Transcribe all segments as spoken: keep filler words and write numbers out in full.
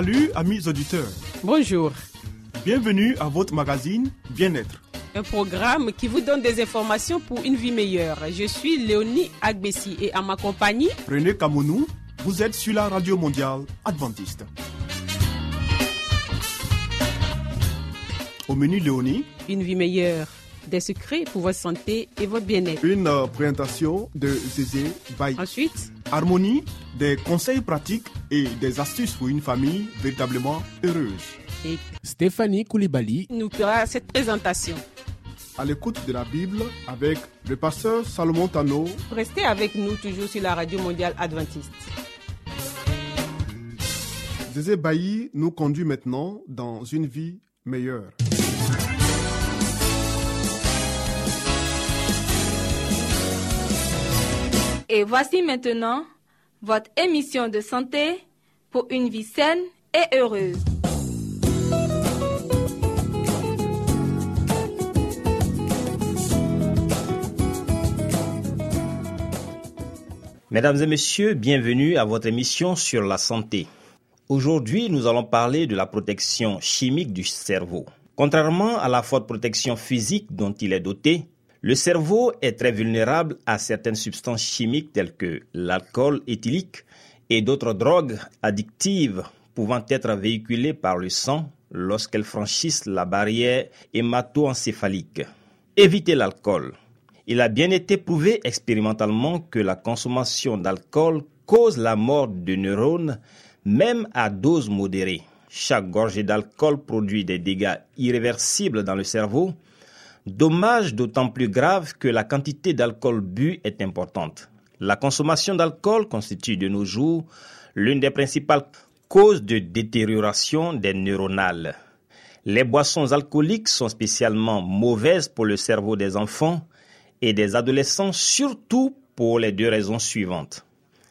Salut amis auditeurs. Bonjour. Bienvenue à votre magazine Bien-être. Un programme qui vous donne des informations pour une vie meilleure. Je suis Léonie Agbessi et à ma compagnie, René Kamounou, vous êtes sur la radio mondiale adventiste. Au menu Léonie, une vie meilleure, des secrets pour votre santé et votre bien-être. Une euh, présentation de Zézé Baye. Ensuite, Harmonie, des conseils pratiques et des astuces pour une famille véritablement heureuse. Et Stéphanie Koulibaly nous fera cette présentation. À l'écoute de la Bible avec le pasteur Salomon Tano. Restez avec nous toujours sur la radio mondiale adventiste. Zézé Baye nous conduit maintenant dans une vie meilleure. Et voici maintenant votre émission de santé pour une vie saine et heureuse. Mesdames et messieurs, bienvenue à votre émission sur la santé. Aujourd'hui, nous allons parler de la protection chimique du cerveau. Contrairement à la forte protection physique dont il est doté, le cerveau est très vulnérable à certaines substances chimiques telles que l'alcool éthylique et d'autres drogues addictives pouvant être véhiculées par le sang lorsqu'elles franchissent la barrière hémato-encéphalique. Évitez l'alcool. Il a bien été prouvé expérimentalement que la consommation d'alcool cause la mort de neurones, même à dose modérée. Chaque gorgée d'alcool produit des dégâts irréversibles dans le cerveau, dommage d'autant plus grave que la quantité d'alcool bu est importante. La consommation d'alcool constitue de nos jours l'une des principales causes de détérioration des neuronales. Les boissons alcooliques sont spécialement mauvaises pour le cerveau des enfants et des adolescents, surtout pour les deux raisons suivantes.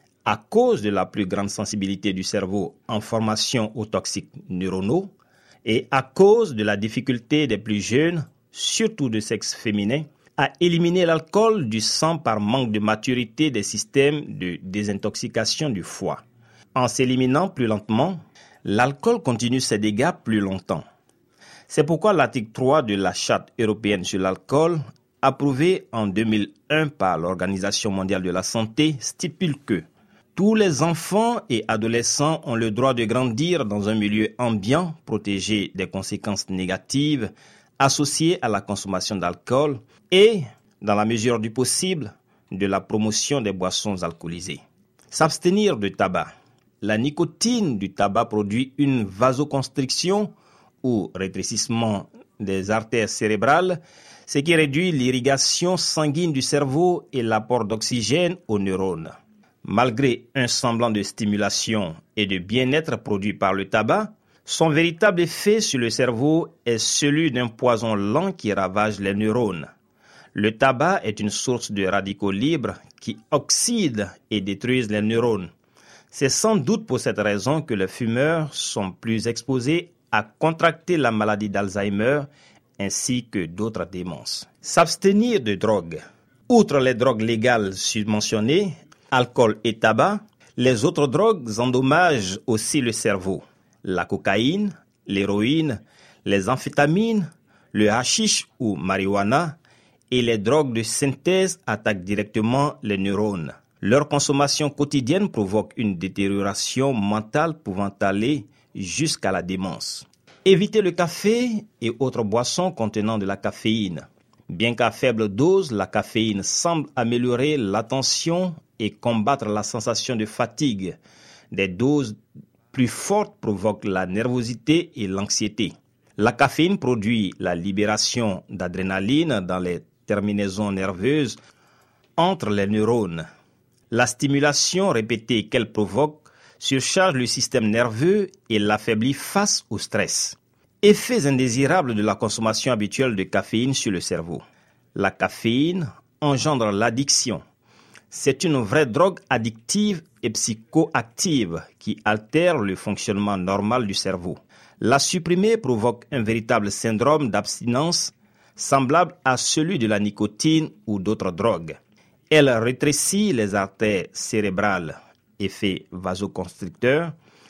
À cause de la plus grande sensibilité du cerveau en formation aux toxiques neuronaux et à cause de la difficulté des plus jeunes, surtout de sexe féminin, à éliminer l'alcool du sang par manque de maturité des systèmes de désintoxication du foie. En s'éliminant plus lentement, l'alcool continue ses dégâts plus longtemps. C'est pourquoi l'article trois de la Charte européenne sur l'alcool, approuvé en deux mille un par l'Organisation mondiale de la santé, stipule que tous les enfants et adolescents ont le droit de grandir dans un milieu ambiant, protégé des conséquences négatives associées à la consommation d'alcool et, dans la mesure du possible, de la promotion des boissons alcoolisées. S'abstenir de tabac. La nicotine du tabac produit une vasoconstriction ou rétrécissement des artères cérébrales, ce qui réduit l'irrigation sanguine du cerveau et l'apport d'oxygène aux neurones. Malgré un semblant de stimulation et de bien-être produit par le tabac, son véritable effet sur le cerveau est celui d'un poison lent qui ravage les neurones. Le tabac est une source de radicaux libres qui oxydent et détruisent les neurones. C'est sans doute pour cette raison que les fumeurs sont plus exposés à contracter la maladie d'Alzheimer ainsi que d'autres démences. S'abstenir de drogue. Outre les drogues légales submentionnées, alcool et tabac, les autres drogues endommagent aussi le cerveau. La cocaïne, l'héroïne, les amphétamines, le hashish ou marijuana et les drogues de synthèse attaquent directement les neurones. Leur consommation quotidienne provoque une détérioration mentale pouvant aller jusqu'à la démence. Évitez le café et autres boissons contenant de la caféine. Bien qu'à faible dose, la caféine semble améliorer l'attention et combattre la sensation de fatigue. Des doses plus fortes provoquent la nervosité et l'anxiété. La caféine produit la libération d'adrénaline dans les terminaisons nerveuses entre les neurones. La stimulation répétée qu'elle provoque surcharge le système nerveux et l'affaiblit face au stress. Effets indésirables de la consommation habituelle de caféine sur le cerveau. La caféine engendre l'addiction. C'est une vraie drogue addictive et psychoactive qui altère le fonctionnement normal du cerveau. La supprimer provoque un véritable syndrome d'abstinence semblable à celui de la nicotine ou d'autres drogues. Elle rétrécit les artères cérébrales, effet vasoconstricteur,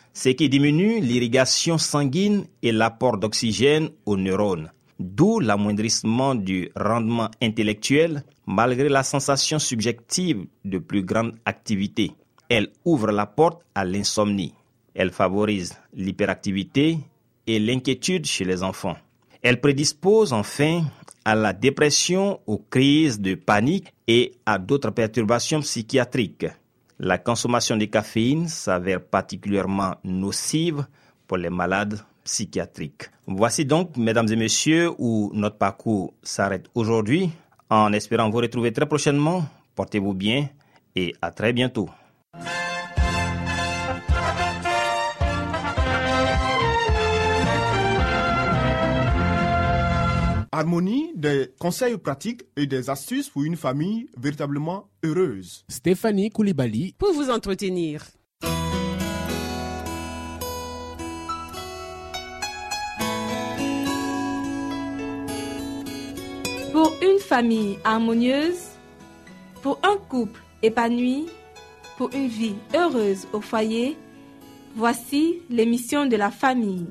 ce qui diminue l'irrigation sanguine et l'apport d'oxygène aux neurones, d'où l'amoindrissement du rendement intellectuel malgré la sensation subjective de plus grande activité. Elle ouvre la porte à l'insomnie. Elle favorise l'hyperactivité et l'inquiétude chez les enfants. Elle prédispose enfin à la dépression, aux crises de panique et à d'autres perturbations psychiatriques. La consommation de caféine s'avère particulièrement nocive pour les malades psychiatriques. Voici donc, mesdames et messieurs, où notre parcours s'arrête aujourd'hui. En espérant vous retrouver très prochainement, portez-vous bien et à très bientôt. Harmonie, des conseils pratiques et des astuces pour une famille véritablement heureuse. Stéphanie Koulibaly pour vous entretenir. Pour une famille harmonieuse, pour un couple épanoui, pour une vie heureuse au foyer, voici l'émission de la famille.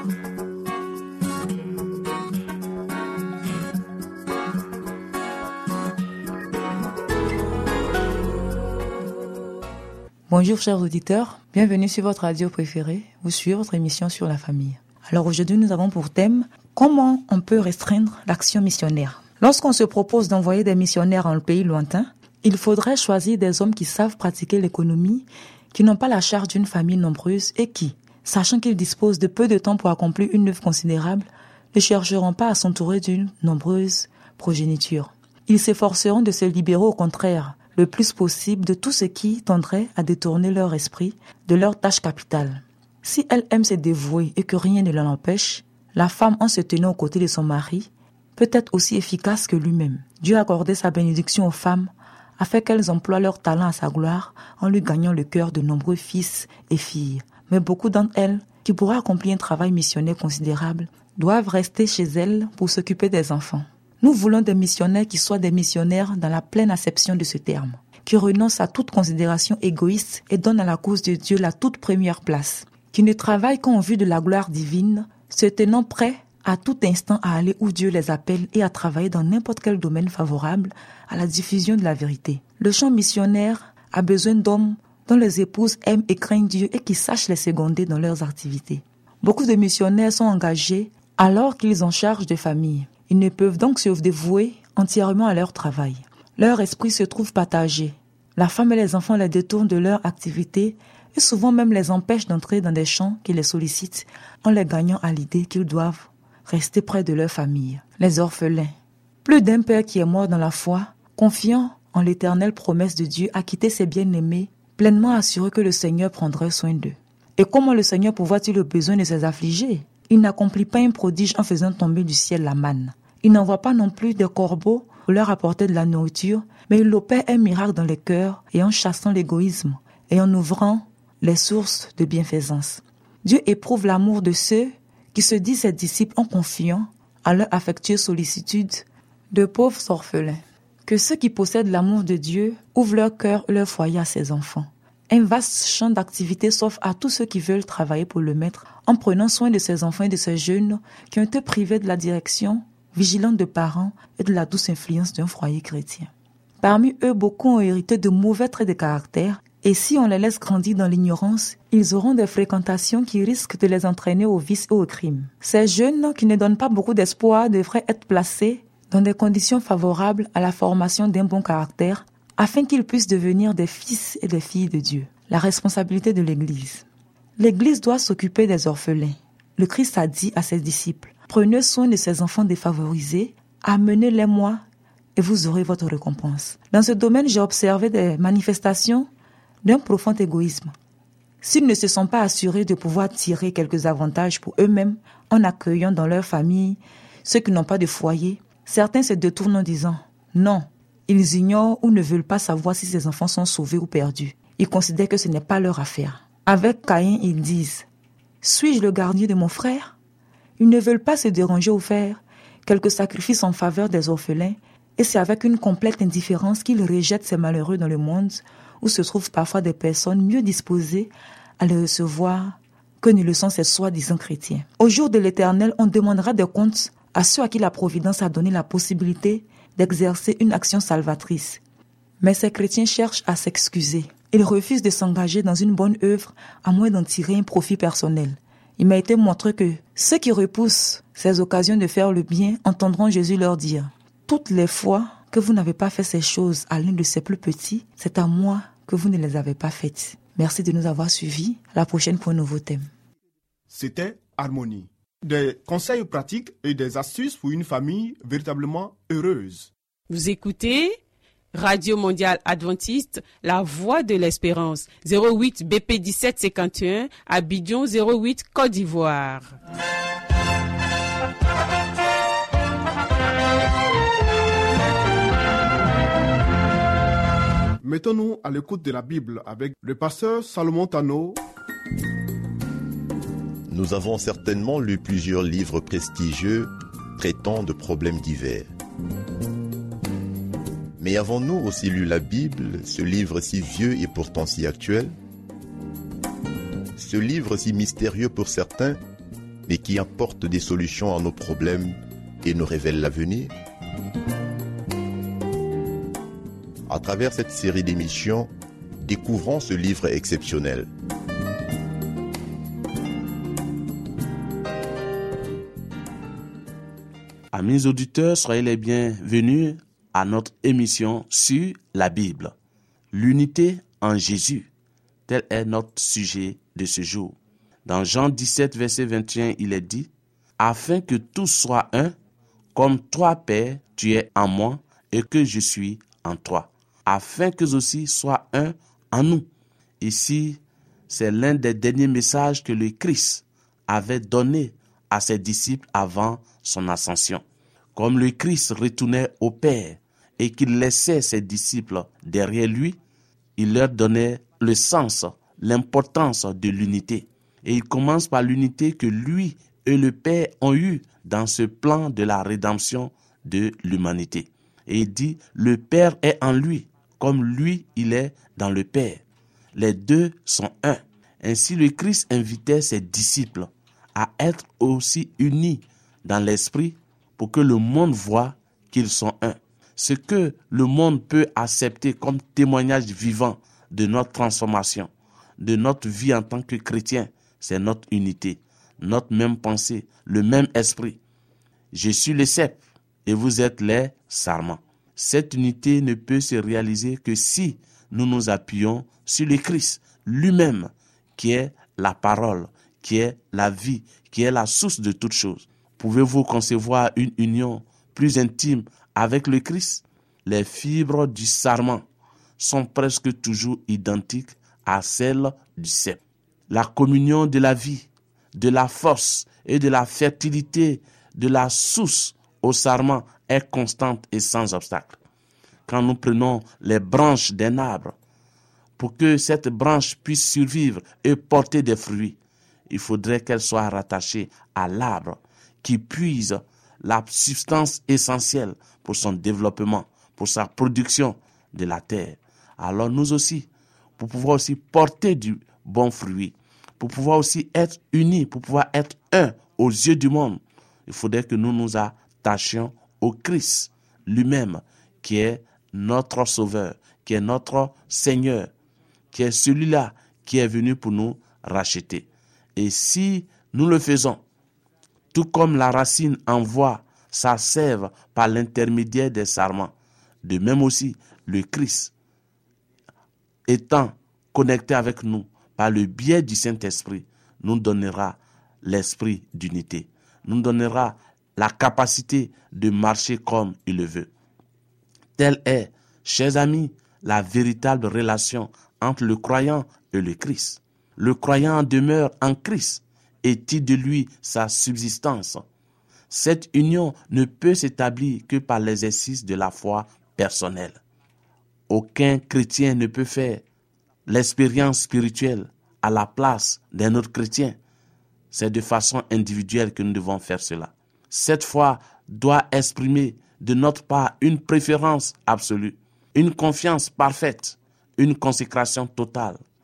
Bonjour chers auditeurs, bienvenue sur votre radio préférée ou sur votre émission sur la famille. Alors aujourd'hui nous avons pour thème comment on peut restreindre l'action missionnaire. Lorsqu'on se propose d'envoyer des missionnaires en pays lointain, il faudrait choisir des hommes qui savent pratiquer l'économie, qui n'ont pas la charge d'une famille nombreuse et qui, sachant qu'ils disposent de peu de temps pour accomplir une œuvre considérable, ne chercheront pas à s'entourer d'une nombreuse progéniture. Ils s'efforceront de se libérer au contraire le plus possible de tout ce qui tendrait à détourner leur esprit de leur tâche capitale. Si elle aime se dévouer et que rien ne l'en empêche, la femme, en se tenant aux côtés de son mari, peut être aussi efficace que lui-même. Dieu a accordé sa bénédiction aux femmes afin qu'elles emploient leur talent à sa gloire en lui gagnant le cœur de nombreux fils et filles. Mais beaucoup d'entre elles, qui pourraient accomplir un travail missionnaire considérable, doivent rester chez elles pour s'occuper des enfants. Nous voulons des missionnaires qui soient des missionnaires dans la pleine acception de ce terme, qui renoncent à toute considération égoïste et donnent à la cause de Dieu la toute première place, qui ne travaillent qu'en vue de la gloire divine, se tenant prêts à tout instant à aller où Dieu les appelle et à travailler dans n'importe quel domaine favorable à la diffusion de la vérité. Le champ missionnaire a besoin d'hommes dont les épouses aiment et craignent Dieu et qui sachent les seconder dans leurs activités. Beaucoup de missionnaires sont engagés alors qu'ils ont charge de famille. Ils ne peuvent donc se dévouer entièrement à leur travail. Leur esprit se trouve partagé. La femme et les enfants les détournent de leur activité et souvent même les empêchent d'entrer dans des champs qui les sollicitent en les gagnant à l'idée qu'ils doivent rester près de leur famille. Les orphelins. Plus d'un père qui est mort dans la foi, confiant en l'éternelle promesse de Dieu, a quitté ses bien-aimés, pleinement assuré que le Seigneur prendrait soin d'eux. Et comment le Seigneur pourvoit-il le besoin de ses affligés? Il n'accomplit pas un prodige en faisant tomber du ciel la manne. Il n'envoie pas non plus des corbeaux pour leur apporter de la nourriture, mais il opère un miracle dans les cœurs et en chassant l'égoïsme et en ouvrant les sources de bienfaisance. Dieu éprouve l'amour de ceux qui se disent ses disciples en confiant à leur affectueuse sollicitude de pauvres orphelins. Que ceux qui possèdent l'amour de Dieu ouvrent leur cœur et leur foyer à ses enfants. Un vaste champ d'activité s'offre à tous ceux qui veulent travailler pour le maître en prenant soin de ces enfants et de ces jeunes qui ont été privés de la direction vigilante de parents et de la douce influence d'un foyer chrétien. Parmi eux, beaucoup ont hérité de mauvais traits de caractère et si on les laisse grandir dans l'ignorance, ils auront des fréquentations qui risquent de les entraîner au vice et au crime. Ces jeunes qui ne donnent pas beaucoup d'espoir devraient être placés dans des conditions favorables à la formation d'un bon caractère afin qu'ils puissent devenir des fils et des filles de Dieu. La responsabilité de l'Église. L'Église doit s'occuper des orphelins. Le Christ a dit à ses disciples, « Prenez soin de ces enfants défavorisés, amenez-les-moi et vous aurez votre récompense. » Dans ce domaine, j'ai observé des manifestations d'un profond égoïsme. S'ils ne se sont pas assurés de pouvoir tirer quelques avantages pour eux-mêmes en accueillant dans leur famille ceux qui n'ont pas de foyer, certains se détournent en disant « Non ». Ils ignorent ou ne veulent pas savoir si ces enfants sont sauvés ou perdus. Ils considèrent que ce n'est pas leur affaire. Avec Caïn, ils disent « Suis-je le gardien de mon frère ?» Ils ne veulent pas se déranger ou faire quelques sacrifices en faveur des orphelins et c'est avec une complète indifférence qu'ils rejettent ces malheureux dans le monde où se trouvent parfois des personnes mieux disposées à les recevoir que ne le sont ces soi-disant chrétiens. Au jour de l'Éternel, on demandera des comptes à ceux à qui la Providence a donné la possibilité d'exercer une action salvatrice. Mais ces chrétiens cherchent à s'excuser. Ils refusent de s'engager dans une bonne œuvre à moins d'en tirer un profit personnel. Il m'a été montré que ceux qui repoussent ces occasions de faire le bien entendront Jésus leur dire « Toutes les fois que vous n'avez pas fait ces choses à l'un de ces plus petits, c'est à moi que vous ne les avez pas faites. » Merci de nous avoir suivis. À la prochaine pour un nouveau thème. C'était Harmonie. Des conseils pratiques et des astuces pour une famille véritablement heureuse. Vous écoutez Radio Mondiale Adventiste, la voix de l'espérance, zéro huit B P dix-sept cinquante et un, Abidjan zéro huit, Côte d'Ivoire. Mettons-nous à l'écoute de la Bible avec le pasteur Salomon Tano. Nous avons certainement lu plusieurs livres prestigieux traitant de problèmes divers. Mais avons-nous aussi lu la Bible, ce livre si vieux et pourtant si actuel? Ce livre si mystérieux pour certains, mais qui apporte des solutions à nos problèmes et nous révèle l'avenir? À travers cette série d'émissions, découvrons ce livre exceptionnel. Amis auditeurs, soyez les bienvenus à notre émission sur la Bible. L'unité en Jésus, tel est notre sujet de ce jour. Dans Jean dix-sept, verset vingt et un, il est dit « Afin que tous soient un, comme toi, Père, tu es en moi et que je suis en toi. Afin qu'eux aussi soient un en nous. » Ici, c'est l'un des derniers messages que le Christ avait donné à ses disciples avant son ascension. Comme le Christ retournait au Père et qu'il laissait ses disciples derrière lui, il leur donnait le sens, l'importance de l'unité. Et il commence par l'unité que lui et le Père ont eue dans ce plan de la rédemption de l'humanité. Et il dit, le Père est en lui, comme lui, il est dans le Père. Les deux sont un. Ainsi, le Christ invitait ses disciples à être aussi unis dans l'esprit pour que le monde voie qu'ils sont un. Ce que le monde peut accepter comme témoignage vivant de notre transformation, de notre vie en tant que chrétien, c'est notre unité, notre même pensée, le même esprit. Je suis le cep et vous êtes les sarments. Cette unité ne peut se réaliser que si nous nous appuyons sur le Christ lui-même, qui est la parole, qui est la vie, qui est la source de toutes choses. Pouvez-vous concevoir une union plus intime avec le Christ? Les fibres du sarment sont presque toujours identiques à celles du cep. La communion de la vie, de la force et de la fertilité de la source au sarment est constante et sans obstacle. Quand nous prenons les branches d'un arbre, pour que cette branche puisse survivre et porter des fruits, il faudrait qu'elle soit rattachée à l'arbre qui puise la substance essentielle pour son développement, pour sa production de la terre. Alors nous aussi, pour pouvoir aussi porter du bon fruit, pour pouvoir aussi être unis, pour pouvoir être un aux yeux du monde, il faudrait que nous nous attachions au Christ lui-même, qui est notre Sauveur, qui est notre Seigneur, qui est celui-là qui est venu pour nous racheter. Et si nous le faisons, tout comme la racine envoie sa sève par l'intermédiaire des sarments, de même aussi le Christ, étant connecté avec nous par le biais du Saint-Esprit, nous donnera l'esprit d'unité, nous donnera la capacité de marcher comme il le veut. Telle est, chers amis, la véritable relation entre le croyant et le Christ. Le croyant demeure en Christ et tire de lui sa subsistance. Cette union ne peut s'établir que par l'exercice de la foi personnelle. Aucun chrétien ne peut faire l'expérience spirituelle à la place d'un autre chrétien. C'est de façon individuelle que nous devons faire cela. Cette foi doit exprimer de notre part une préférence absolue, une confiance parfaite, une consécration totale.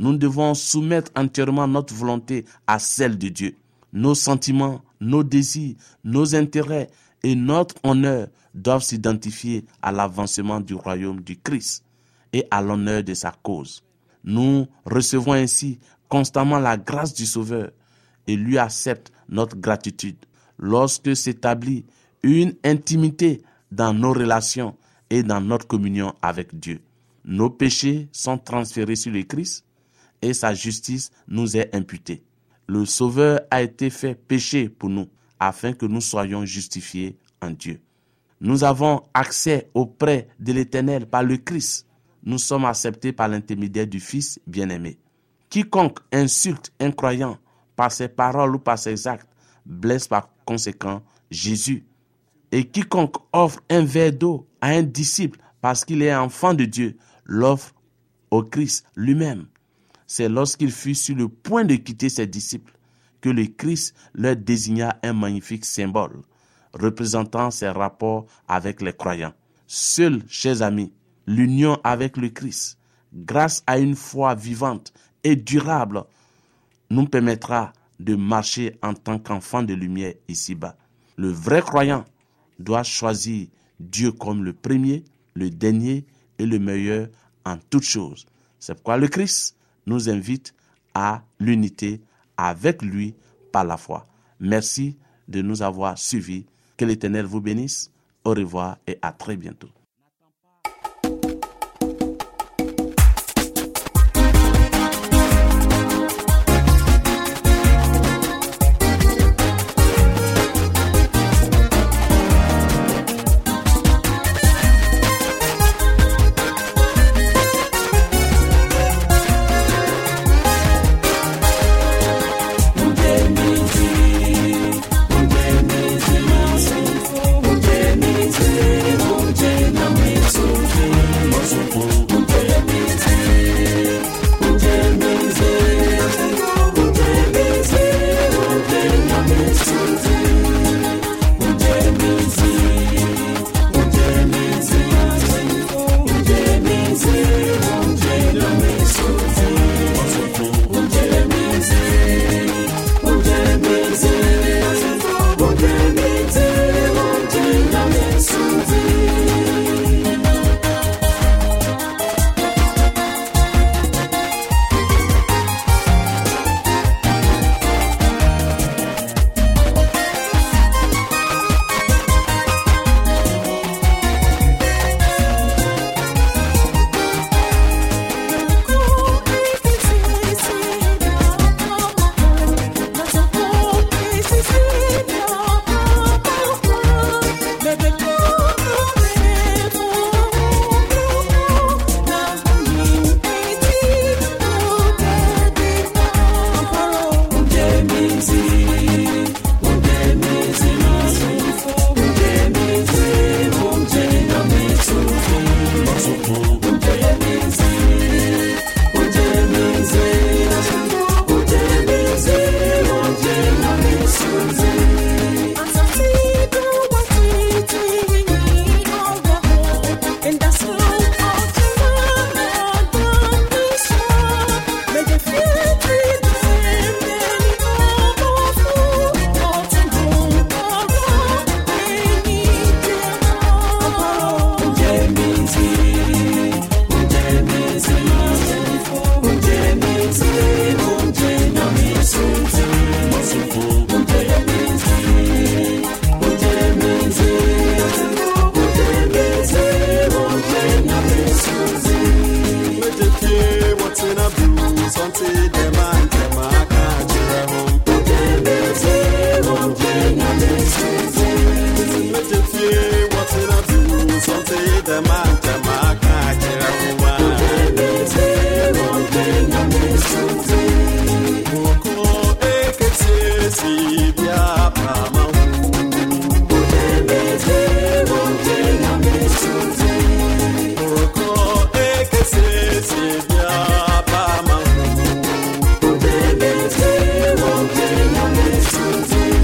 nous devons soumettre entièrement notre volonté à celle de Dieu. Nos sentiments, nos désirs, nos intérêts et notre honneur doivent s'identifier à l'avancement du royaume du Christ et à l'honneur de sa cause. Nous recevons ainsi constamment la grâce du Sauveur et lui accepte notre gratitude lorsque s'établit une intimité dans nos relations et dans notre communion avec Dieu. Nos péchés sont transférés sur le Christ et sa justice nous est imputée. Le Sauveur a été fait péché pour nous afin que nous soyons justifiés en Dieu. Nous avons accès auprès de l'Éternel par le Christ. Nous sommes acceptés par l'intermédiaire du Fils bien-aimé. Quiconque insulte un croyant par ses paroles ou par ses actes blesse par conséquent Jésus. Et quiconque offre un verre d'eau à un disciple parce qu'il est enfant de Dieu l'offre au Christ lui-même. C'est lorsqu'il fut sur le point de quitter ses disciples que le Christ leur désigna un magnifique symbole représentant ses rapports avec les croyants. Seul, chers amis, l'union avec le Christ, grâce à une foi vivante et durable, nous permettra de marcher en tant qu'enfants de lumière ici-bas. Le vrai croyant doit choisir Dieu comme le premier, le dernier et le meilleur en toutes choses. C'est pourquoi le Christ nous invite à l'unité avec lui par la foi. Merci de nous avoir suivis. Que l'Éternel vous bénisse. Au revoir et à très bientôt.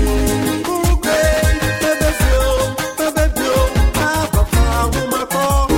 Oh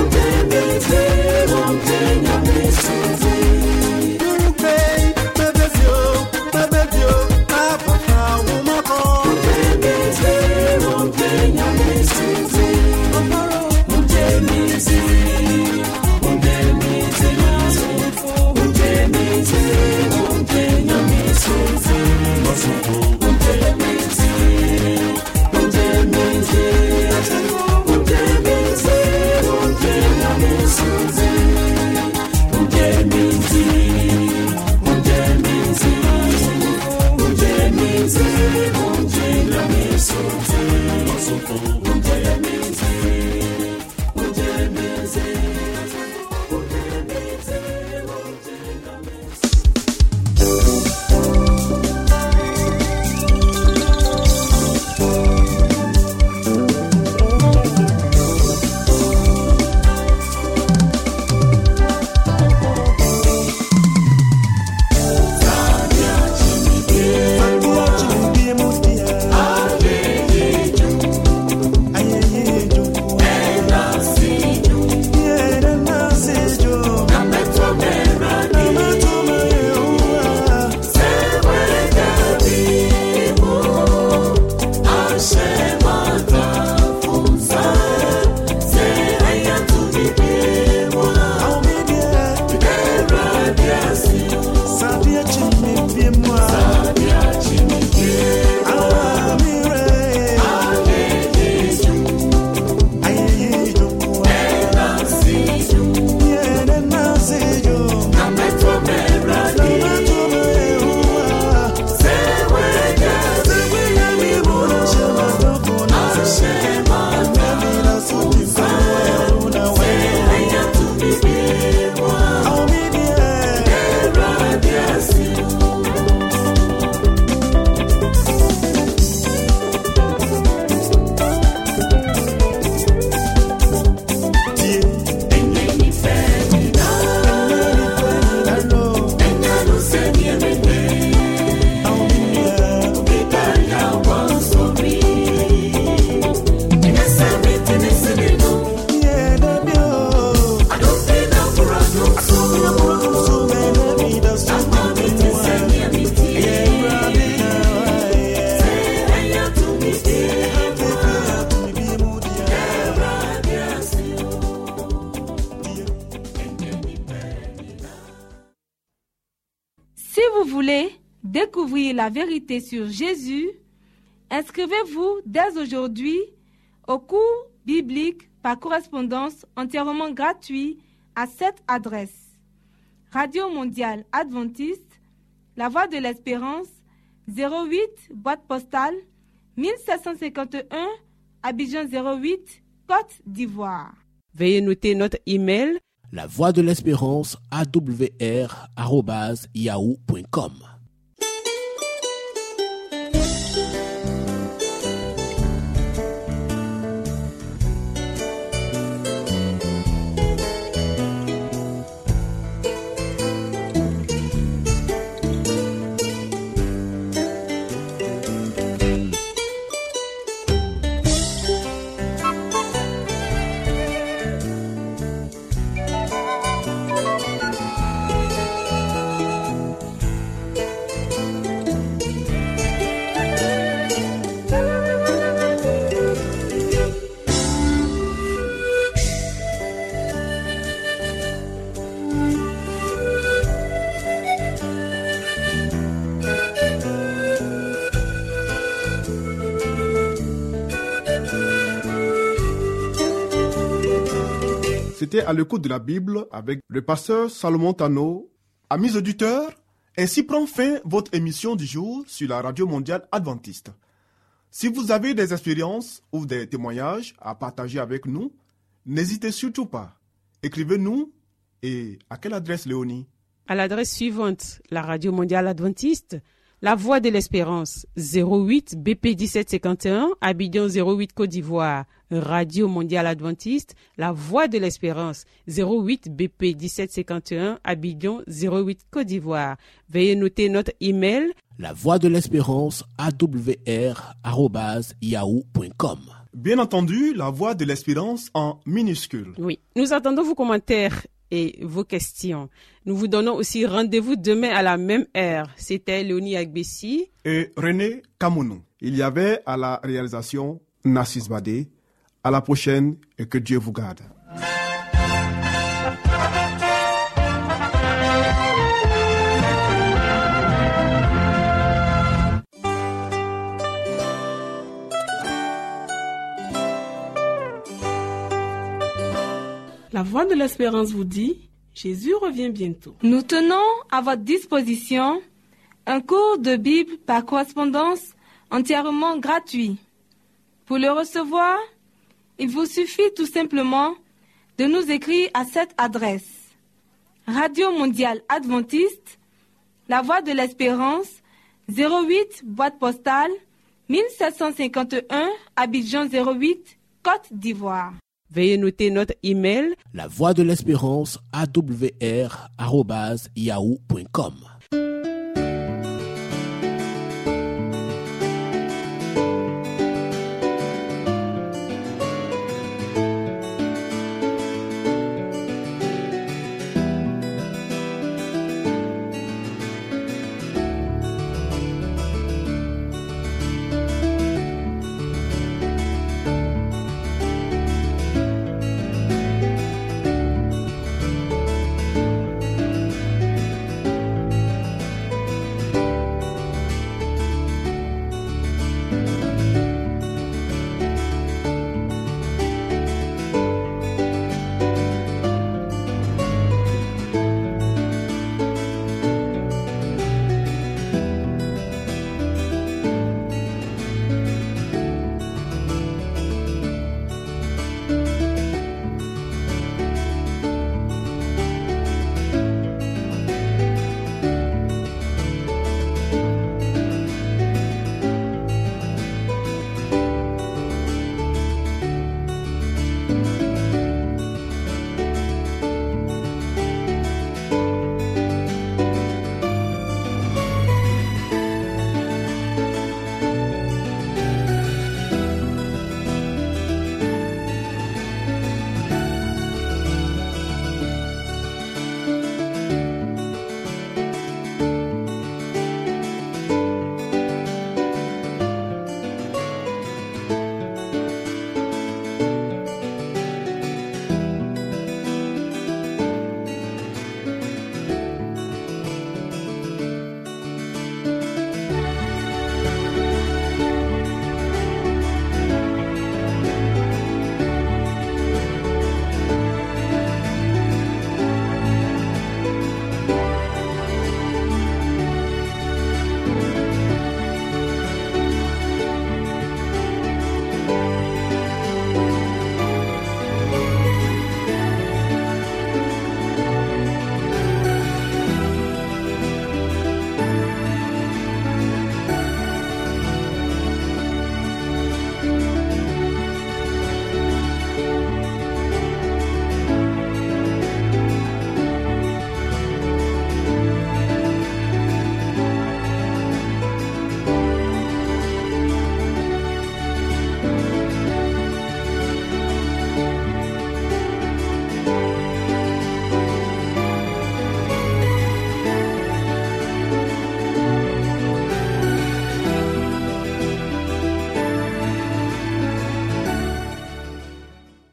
Découvrir la vérité sur Jésus, inscrivez-vous dès aujourd'hui au cours biblique par correspondance entièrement gratuit à cette adresse: Radio Mondiale Adventiste, La Voix de l'Espérance, zéro huit, boîte postale, mille sept cent cinquante et un, Abidjan zéro huit, Côte d'Ivoire. Veuillez noter notre email: La Voix de l'Espérance, A W R arobase yahoo point com. C'était à l'écoute de la Bible avec le pasteur Salomon Tano. Amis auditeurs, ainsi prend fin votre émission du jour sur la Radio Mondiale Adventiste. Si vous avez des expériences ou des témoignages à partager avec nous, n'hésitez surtout pas. Écrivez-nous. Et à quelle adresse, Léonie? À l'adresse suivante: la Radio Mondiale Adventiste, La Voix de l'Espérance, zéro huit B P dix-sept cinquante et un, Abidjan zéro huit Côte d'Ivoire. Radio Mondiale Adventiste, La Voix de l'Espérance, zéro huit B P dix-sept cinquante et un, Abidjan zéro huit Côte d'Ivoire. Veuillez noter notre email: La Voix de l'Espérance, A W R arobase yahoo point com. Bien entendu, La Voix de l'Espérance en minuscule. Oui, nous attendons vos commentaires et vos questions. Nous vous donnons aussi rendez-vous demain à la même heure. C'était Léonie Agbessi et René Kamounou. Il y avait à la réalisation Nassis Badé. À la prochaine et que Dieu vous garde. La Voix de l'Espérance vous dit, Jésus revient bientôt. Nous tenons à votre disposition un cours de Bible par correspondance entièrement gratuit. Pour le recevoir, il vous suffit tout simplement de nous écrire à cette adresse: Radio Mondiale Adventiste, La Voix de l'Espérance, zéro huit, boîte postale, mille sept cent cinquante et un, Abidjan zéro huit, Côte d'Ivoire. Veuillez noter notre email: La Voix de l'Espérance A W R arobase yahoo point com.